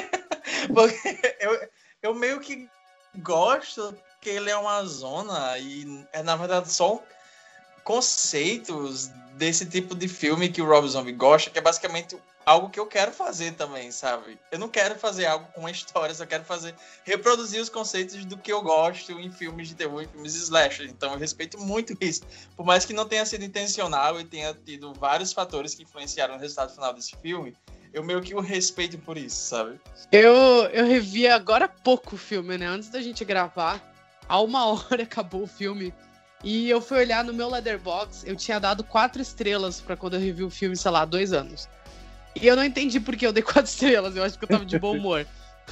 porque eu, eu meio que gosto que ele é uma zona e é, na verdade, só conceitos desse tipo de filme que o Rob Zombie gosta, que é basicamente algo que eu quero fazer também, sabe? Eu não quero fazer algo com uma história, eu só quero fazer, reproduzir os conceitos do que eu gosto em filmes de terror, em filmes slasher. Então eu respeito muito isso. Por mais que não tenha sido intencional e tenha tido vários fatores que influenciaram o resultado final desse filme, eu meio que o respeito por isso, sabe? Eu, eu revi agora há pouco o filme, né? Antes da gente gravar, há uma hora acabou o filme. E eu fui olhar no meu Letterboxd, eu tinha dado quatro estrelas pra quando eu revi o filme, sei lá, há dois anos. E eu não entendi por que eu dei quatro estrelas, eu acho que eu tava de bom humor.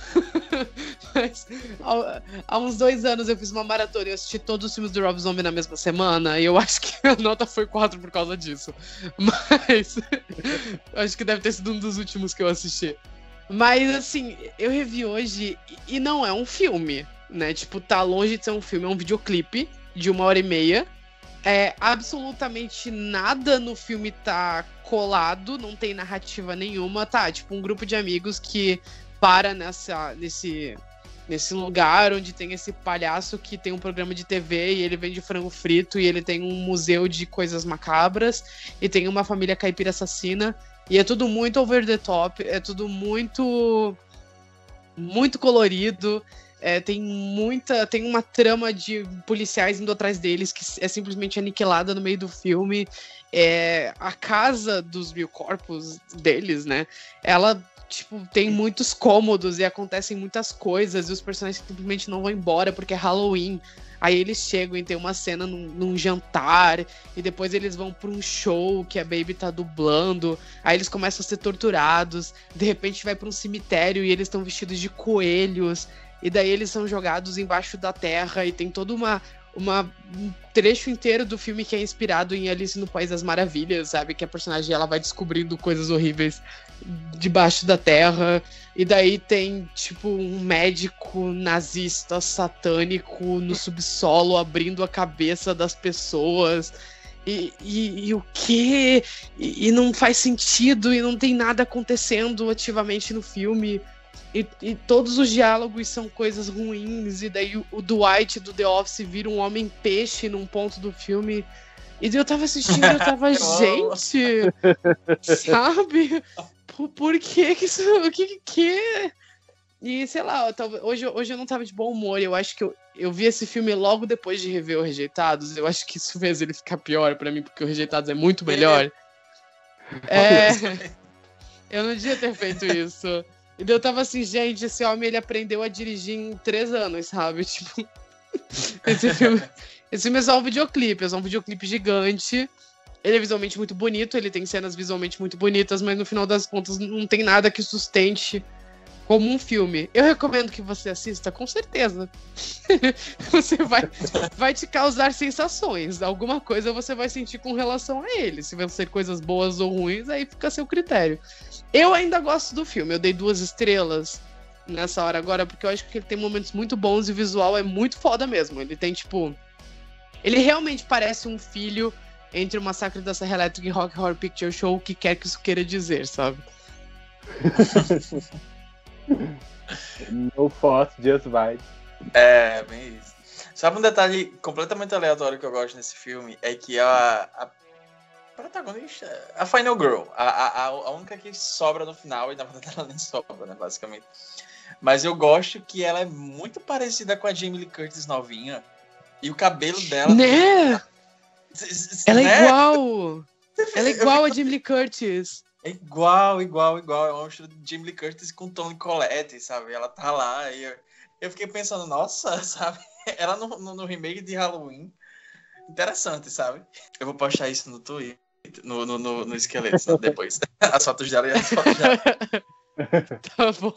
Mas há, há uns dois anos eu fiz uma maratona e eu assisti todos os filmes do Rob Zombie na mesma semana, e eu acho que a nota foi quatro por causa disso. Mas acho que deve ter sido um dos últimos que eu assisti. Mas assim, eu revi hoje e não é um filme, né? Tipo, tá longe de ser um filme, é um videoclipe de uma hora e meia. É, absolutamente nada no filme tá colado, não tem narrativa nenhuma, tá? Tipo, um grupo de amigos que para nessa, nesse, nesse lugar onde tem esse palhaço que tem um programa de T V e ele vende frango frito e ele tem um museu de coisas macabras e tem uma família caipira assassina e é tudo muito over the top, é tudo muito muito colorido. É, tem muita. Tem uma trama de policiais indo atrás deles que é simplesmente aniquilada no meio do filme. É, a casa dos mil corpos deles, né? Ela, tipo, tem muitos cômodos e acontecem muitas coisas e os personagens simplesmente não vão embora porque é Halloween. Aí eles chegam e tem uma cena num, num jantar e depois eles vão pra um show que a Baby tá dublando. Aí eles começam a ser torturados. De repente vai pra um cemitério e eles estão vestidos de coelhos. E daí eles são jogados embaixo da terra e tem todo uma, uma, um trecho inteiro do filme que é inspirado em Alice no País das Maravilhas, sabe? Que a personagem ela vai descobrindo coisas horríveis debaixo da terra. E daí tem, tipo, um médico nazista satânico no subsolo abrindo a cabeça das pessoas. E, e, e o quê? E, e não faz sentido e não tem nada acontecendo ativamente no filme. E, e todos os diálogos são coisas ruins, e daí o, o Dwight do The Office vira um homem-peixe num ponto do filme. E daí eu tava assistindo e eu tava, gente, sabe? Por, por que que isso... O que que... E sei lá, eu tava, hoje, hoje eu não tava de bom humor, eu acho que eu, eu vi esse filme logo depois de rever o Rejeitados, eu acho que isso fez ele ficar pior pra mim, porque o Rejeitados é muito melhor. É... Eu não devia ter feito isso. E daí eu tava assim, gente, esse homem ele aprendeu a dirigir em três anos, sabe? Tipo, esse filme, esse filme é só um videoclipe, é só um videoclipe gigante. Ele é visualmente muito bonito, ele tem cenas visualmente muito bonitas, mas no final das contas não tem nada que sustente como um filme. Eu recomendo que você assista, com certeza. Você vai, vai te causar sensações. Alguma coisa você vai sentir com relação a ele. Se vão ser coisas boas ou ruins, aí fica a seu critério. Eu ainda gosto do filme. Eu dei duas estrelas nessa hora agora, porque eu acho que ele tem momentos muito bons e o visual é muito foda mesmo. Ele tem, tipo... Ele realmente parece um filho entre o Massacre da Serra Elétrica e Rock Horror Picture Show, o que quer que isso queira dizer, sabe? No force, just vai. É, bem isso. Sabe um detalhe completamente aleatório que eu gosto nesse filme? É que a, a protagonista, a Final Girl, a, a, a única que sobra no final, e na verdade ela nem sobra, né, basicamente. Mas eu gosto que ela é muito parecida com a Jamie Lee Curtis novinha. E o cabelo dela... Né? Ela é né? igual! Ela é igual a Jamie Lee Curtis. É igual, igual, igual. É uma mistura de Jamie Lee Curtis com Toni Collette, sabe? Ela tá lá e eu, eu fiquei pensando, nossa, sabe? Ela no, no, no remake de Halloween. Interessante, sabe? Eu vou postar isso no Twitter, no, no, no, no esqueleto depois. As fotos dela e as fotos dela. Tá bom.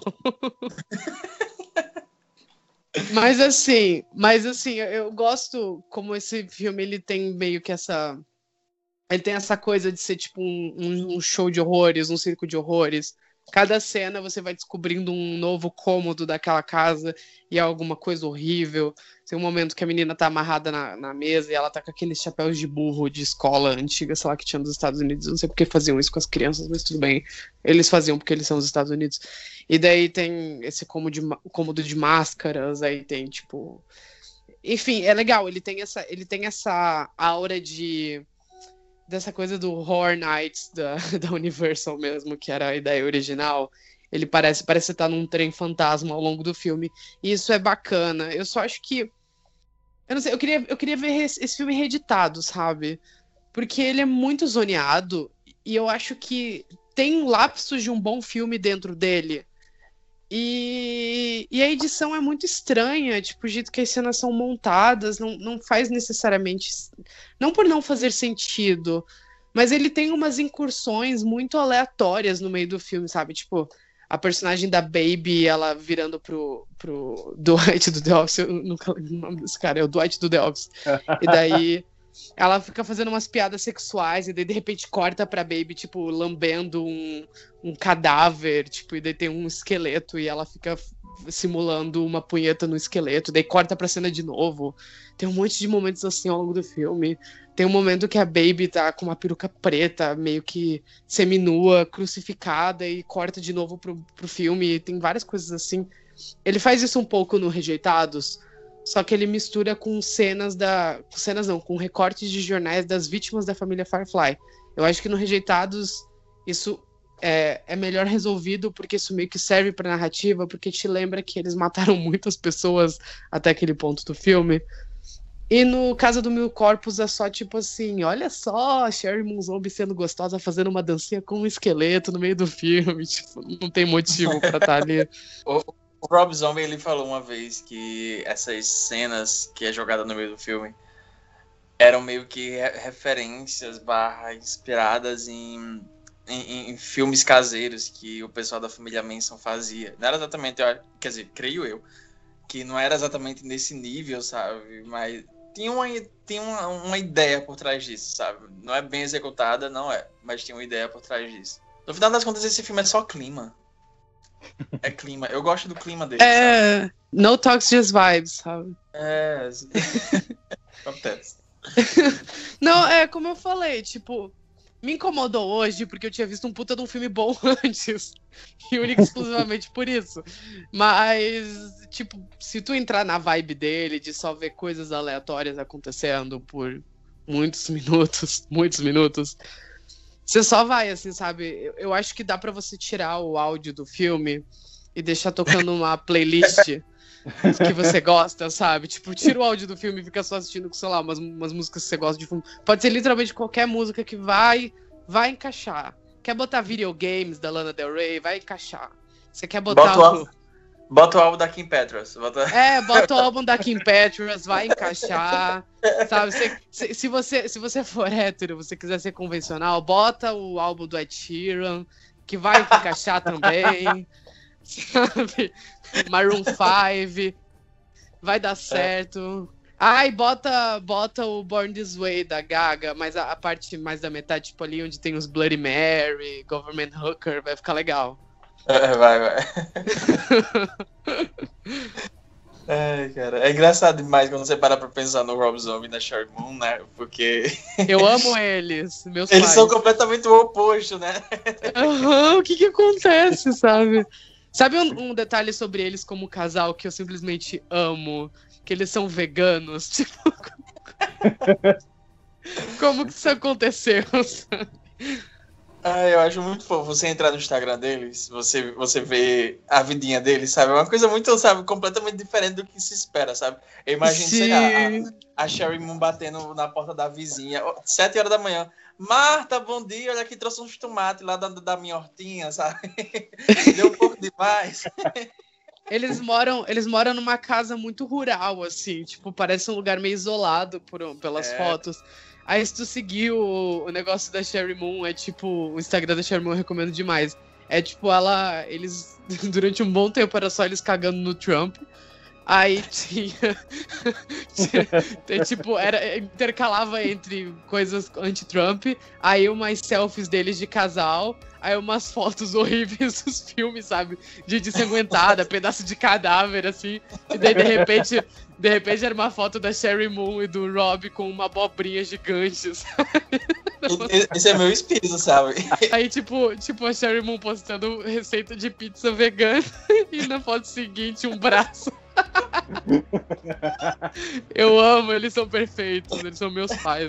Mas assim, mas assim, eu, eu gosto como esse filme ele tem meio que essa... Ele tem essa coisa de ser tipo um, um show de horrores, um circo de horrores. Cada cena você vai descobrindo um novo cômodo daquela casa e é alguma coisa horrível. Tem um momento que a menina tá amarrada na, na mesa e ela tá com aqueles chapéus de burro de escola antiga, sei lá, que tinha nos Estados Unidos. Não sei por que faziam isso com as crianças, mas tudo bem. Eles faziam porque eles são os Estados Unidos. E daí tem esse cômodo de, cômodo de máscaras, aí tem, tipo... Enfim, é legal. Ele tem essa, ele tem essa aura de... dessa coisa do Horror Nights da, da Universal mesmo, que era a ideia original. Ele parece, parece estar num trem fantasma ao longo do filme. E isso é bacana. Eu só acho que... Eu não sei, eu queria, eu queria ver esse, esse filme reeditado, sabe? Porque ele é muito zoneado e eu acho que tem lapsos de um bom filme dentro dele. E, e a edição é muito estranha, tipo, o jeito que as cenas são montadas não, não faz necessariamente... Não por não fazer sentido, mas ele tem umas incursões muito aleatórias no meio do filme, sabe? Tipo, a personagem da Baby, ela virando pro, pro Dwight do The Office, eu nunca lembro o nome desse cara, é o Dwight do The Office. E daí ela fica fazendo umas piadas sexuais e daí de repente corta pra Baby, tipo, lambendo um, um cadáver, tipo, e daí tem um esqueleto e ela fica simulando uma punheta no esqueleto, daí corta pra cena de novo. Tem um monte de momentos assim ao longo do filme. Tem um momento que a Baby tá com uma peruca preta, meio que seminua, crucificada, e corta de novo pro, pro filme. Tem várias coisas assim. Ele faz isso um pouco no Rejeitados, só que ele mistura com cenas da... Com cenas não, com recortes de jornais das vítimas da família Firefly. Eu acho que no Rejeitados isso é, é melhor resolvido, porque isso meio que serve pra narrativa, porque te lembra que eles mataram muitas pessoas até aquele ponto do filme. E no Casa do Mil Corpos é só tipo assim, olha só, a Sherry Moon Zombie sendo gostosa fazendo uma dancinha com um esqueleto no meio do filme, tipo, não tem motivo pra estar ali. o, o Rob Zombie, ele falou uma vez que essas cenas que é jogada no meio do filme eram meio que re- referências barra inspiradas em, em, em filmes caseiros que o pessoal da família Manson fazia. Não era exatamente, quer dizer, creio eu, que não era exatamente nesse nível, sabe, mas tinha uma, tinha uma, uma ideia por trás disso, sabe? Não é bem executada, não é, mas tinha uma ideia por trás disso. No final das contas, esse filme é só clima. É clima. Eu gosto do clima dele, É, sabe? no talks, just vibes, sabe? É, acontece. Não, é como eu falei, tipo, me incomodou hoje porque eu tinha visto um puta de um filme bom antes. E único exclusivamente por isso. Mas, tipo, se tu entrar na vibe dele, de só ver coisas aleatórias acontecendo por muitos minutos, muitos minutos, você só vai, assim, sabe? Eu, eu acho que dá pra você tirar o áudio do filme e deixar tocando uma playlist que você gosta, sabe? Tipo, tira o áudio do filme e fica só assistindo com, sei lá, umas, umas músicas que você gosta de fundo. Pode ser literalmente qualquer música que vai, vai encaixar. Quer botar videogames da Lana Del Rey? Vai encaixar. Você quer botar Bota o, o... bota o álbum da Kim Petras. Bota... É, bota o álbum da Kim Petras, vai encaixar. Sabe? Se, se, se, você, se você for hétero, você quiser ser convencional, bota o álbum do Ed Sheeran, que vai encaixar também. Sabe? Maroon five, vai dar certo. Ai, bota, bota o Born This Way da Gaga, mas a, a parte mais da metade, tipo ali onde tem os Bloody Mary, Government Hooker, vai ficar legal. É, vai, vai. Ai, cara. É engraçado demais quando você para pra pensar no Rob Zombie e na Sherry Moon, né? Porque... Eu amo eles, meus eles pais. são completamente o oposto, né? Uhum, o que que acontece, sabe? Sabe um, um detalhe sobre eles como casal que eu simplesmente amo? Que eles são veganos. Tipo, como que isso aconteceu? Sabe? Ah, eu acho muito fofo você entrar no Instagram deles, você, você vê a vidinha deles, sabe? É uma coisa muito, sabe, completamente diferente do que se espera, sabe? Eu imagino, sei lá, a, a Sherry Moon batendo na porta da vizinha, sete horas da manhã. Marta, bom dia, olha aqui, trouxe uns tomates lá da, da minha hortinha, sabe? Deu um pouco demais. Eles moram, eles moram numa casa muito rural, assim, tipo, parece um lugar meio isolado por, pelas é. fotos. Aí se tu seguir o, o negócio da Sherry Moon, é tipo, o Instagram da Sherry Moon eu recomendo demais. É tipo, ela, eles, durante um bom tempo era só eles cagando no Trump. Aí tinha, tinha tipo, era, intercalava entre coisas anti-Trump, aí umas selfies deles de casal, aí umas fotos horríveis dos filmes, sabe? Gente ensanguentada, pedaço de cadáver, assim. E daí, de repente, de repente era uma foto da Sherry Moon e do Rob com uma abobrinha gigante, sabe? Esse é meu espírito, sabe? Aí, tipo, tipo, a Sherry Moon postando receita de pizza vegana e na foto seguinte um braço. Eu amo, eles são perfeitos, eles são meus pais.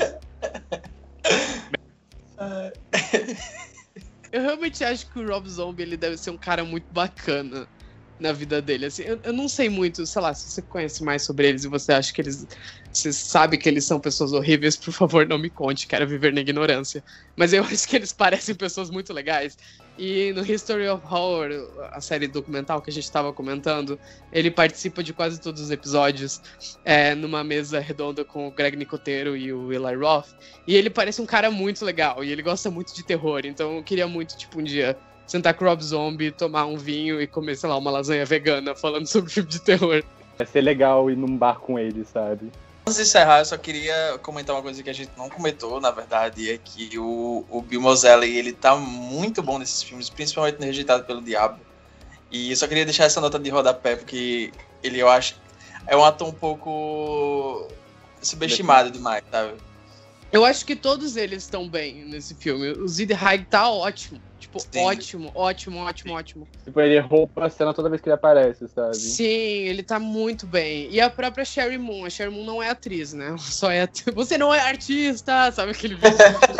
Eu realmente acho que o Rob Zombie ele deve ser um cara muito bacana na vida dele. Assim, eu, eu não sei muito, sei lá, se você conhece mais sobre eles e você acha que eles. Você sabe que eles são pessoas horríveis, por favor, não me conte, quero viver na ignorância. Mas eu acho que eles parecem pessoas muito legais. E no History of Horror, a série documental que a gente estava comentando, ele participa de quase todos os episódios é, numa mesa redonda com o Greg Nicotero e o Eli Roth. E ele parece um cara muito legal, e ele gosta muito de terror. Então eu queria muito, tipo, um dia sentar com o Rob Zombie, tomar um vinho e comer, sei lá, uma lasanha vegana falando sobre filme de terror. Vai ser legal ir num bar com ele, sabe? Antes de encerrar, eu só queria comentar uma coisa que a gente não comentou, na verdade, é que o, o Bill Moseley, ele tá muito bom nesses filmes, principalmente no Rejeitado pelo Diabo. E eu só queria deixar essa nota de rodapé, porque ele, eu acho, é um ator um pouco subestimado demais, sabe? Eu acho que todos eles estão bem nesse filme. O Sid Haig tá ótimo. Tipo, Sim. ótimo, ótimo, ótimo, Sim. ótimo. Tipo, ele rouba a cena toda vez que ele aparece, sabe? Sim, ele tá muito bem. E a própria Sherry Moon. A Sherry Moon não é atriz, né? Só é atriz. Você não é artista, sabe aquele vídeo?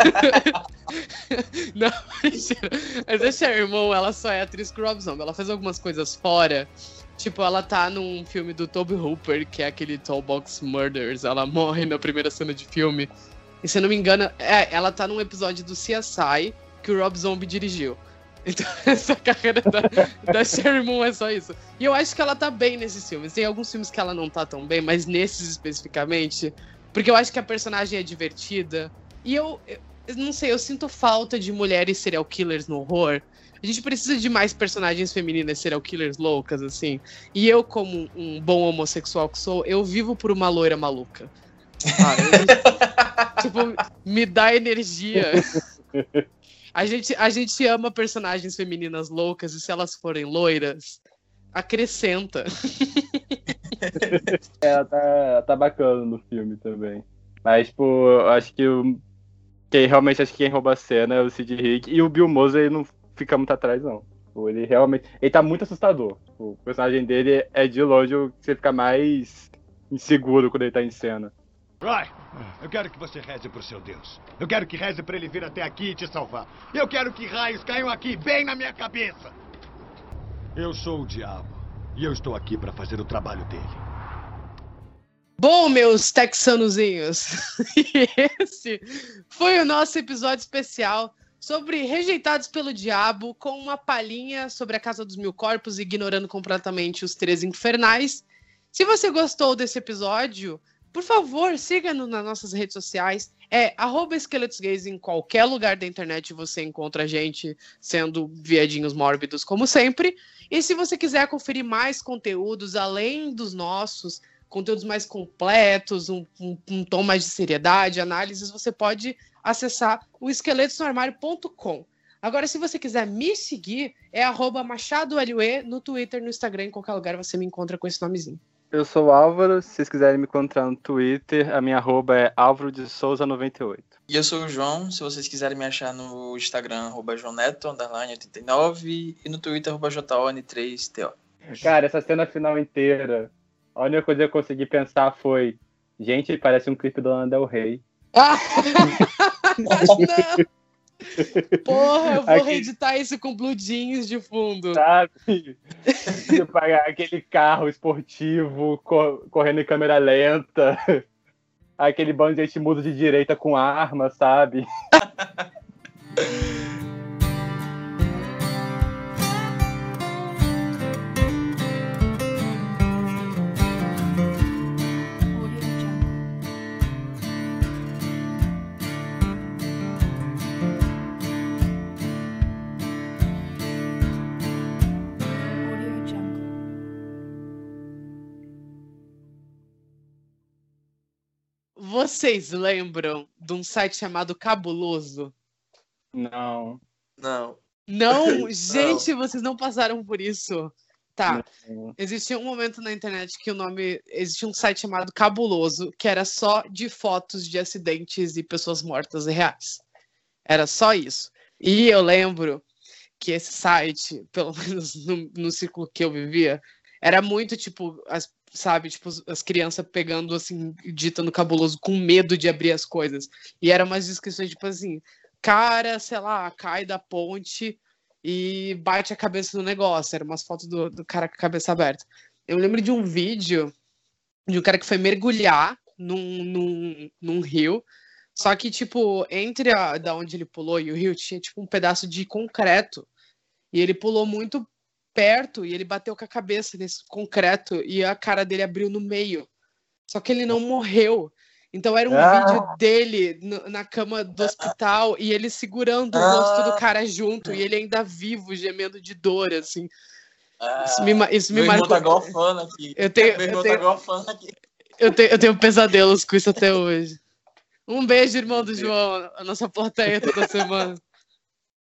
Não, mentira. Mas a Sherry Moon, ela só é atriz com o Rob Zombie. Ela faz algumas coisas fora. Tipo, ela tá num filme do Tobe Hooper, que é aquele Tall Box Murders. Ela morre na primeira cena de filme. E se eu não me engano, é, ela tá num episódio do C S I que o Rob Zombie dirigiu. Então, essa carreira da, da Sherry Moon é só isso. E eu acho que ela tá bem nesses filmes. Tem alguns filmes que ela não tá tão bem, mas nesses especificamente, porque eu acho que a personagem é divertida. E eu, eu, eu não sei, eu sinto falta de mulheres serial killers no horror. A gente precisa de mais personagens femininas serial killers loucas, assim. E eu, como um bom homossexual que sou, eu vivo por uma loira maluca. Ah, eu, tipo, me dá energia. A gente, a gente ama personagens femininas loucas e se elas forem loiras, acrescenta. É, ela tá, tá bacana no filme também. Mas, tipo, eu acho que o, quem realmente acho que quem rouba a cena é o Sid Haig. E o Bill Moseley não fica muito atrás, não. Ele realmente. Ele tá muito assustador. O personagem dele é de longe o que você fica mais inseguro quando ele tá em cena. Roy, eu quero que você reze pro seu Deus. Eu quero que reze pra ele vir até aqui e te salvar. Eu quero que raios caiam aqui, bem na minha cabeça. Eu sou o diabo e eu estou aqui pra fazer o trabalho dele. Bom, meus texanozinhos, esse foi o nosso episódio especial sobre Rejeitados pelo Diabo, com uma palhinha sobre a Casa dos Mil Corpos, ignorando completamente os Três Infernais. Se você gostou desse episódio, por favor, siga-nos nas nossas redes sociais. É arroba esqueletos gays em qualquer lugar da internet você encontra a gente, sendo viadinhos mórbidos, como sempre. E se você quiser conferir mais conteúdos, além dos nossos, conteúdos mais completos, um, um, um tom mais de seriedade, análises, você pode acessar o esqueletos no armário ponto com. Agora, se você quiser me seguir, é arroba MachadoLE no Twitter, no Instagram, em qualquer lugar você me encontra com esse nomezinho. Eu sou o Álvaro, se vocês quiserem me encontrar no Twitter, a minha arroba é Álvaro de Souza noventa e oito. E eu sou o João, se vocês quiserem me achar no Instagram, arroba joneto, underline oitenta e nove, e no Twitter, arroba jone três T O. Cara, essa cena final inteira, a única coisa que eu consegui pensar foi, gente, parece um clipe do Lana Del Rey. Ah! Não! Porra, eu vou Aqui... reeditar isso com Blue Jeans de fundo. Sabe? Aquele carro esportivo cor- correndo em câmera lenta. Aquele bando de gente muda de direita com arma, sabe? vocês lembram de um site chamado Cabuloso? Não. Não. Não? Gente, vocês não passaram por isso. Tá. Não. Existia um momento na internet que o nome... Existia um site chamado Cabuloso, que era só de fotos de acidentes e pessoas mortas reais. Era só isso. E eu lembro que esse site, pelo menos no, no círculo que eu vivia, era muito, tipo, as, sabe, tipo, as crianças pegando, assim, ditando Cabuloso com medo de abrir as coisas. E eram umas descrições, tipo assim, cara, sei lá, cai da ponte e bate a cabeça no negócio. Eram umas fotos do, do cara com a cabeça aberta. Eu lembro de um vídeo de um cara que foi mergulhar num, num, num rio. Só que, tipo, entre a, da onde ele pulou e o rio, tinha, tipo, um pedaço de concreto. E ele pulou muito perto e ele bateu com a cabeça nesse concreto e a cara dele abriu no meio. Só que ele não morreu. Então era um Ah. vídeo dele no, na cama do hospital e ele segurando o rosto do cara junto e ele ainda vivo, gemendo de dor, assim. Isso me, ma- isso me Meu irmão marcou. tá golfando aqui. Eu tenho, Meu eu irmão tenho, tá golfando aqui. eu tenho, eu tenho pesadelos com isso até hoje. Um beijo, irmão do João, a nossa plateia toda semana.